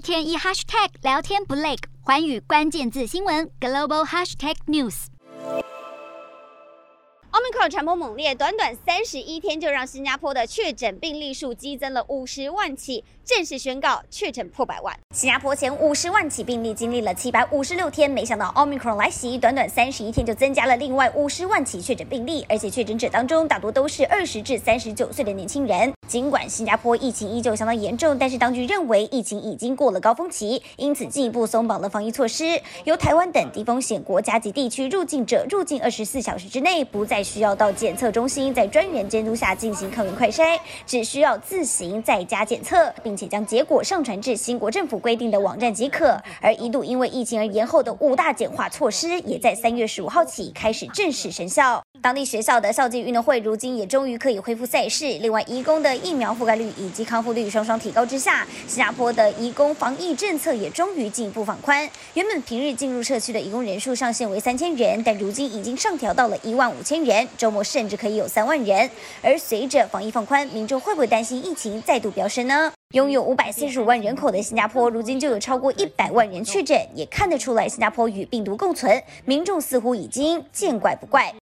天一 hashtag 聊天不累，寰宇关键字新闻 global hashtag news。 Omicron 传播猛烈，短短31天就让新加坡的确诊病例数激增了50万起，正式宣告确诊破100万。新加坡前50万起病例经历了756天，没想到 Omicron 来袭，短短31天就增加了另外50万起确诊病例，而且确诊者当中大多都是20至39岁的年轻人。尽管新加坡疫情依旧相当严重，但是当局认为疫情已经过了高峰期，因此进一步松绑了防疫措施，由台湾等低风险国家及地区入境者入境24小时之内不再需要到检测中心在专员监督下进行抗原快筛，只需要自行在家检测，并且将结果上传至新国政府规定的网站即可。而一度因为疫情而延后的5大简化措施，也在3月15号起开始正式生效。当地学校的校际运动会如今也终于可以恢复赛事。另外，移工的疫苗覆盖率以及康复率双双提高之下，新加坡的移工防疫政策也终于进一步放宽。原本平日进入社区的移工人数上限为3000人，但如今已经上调到了15000人，周末甚至可以有3万人。而随着防疫放宽，民众会不会担心疫情再度飙升呢？拥有545万人口的新加坡，如今就有超过100万人确诊，也看得出来新加坡与病毒共存，民众似乎已经见怪不怪。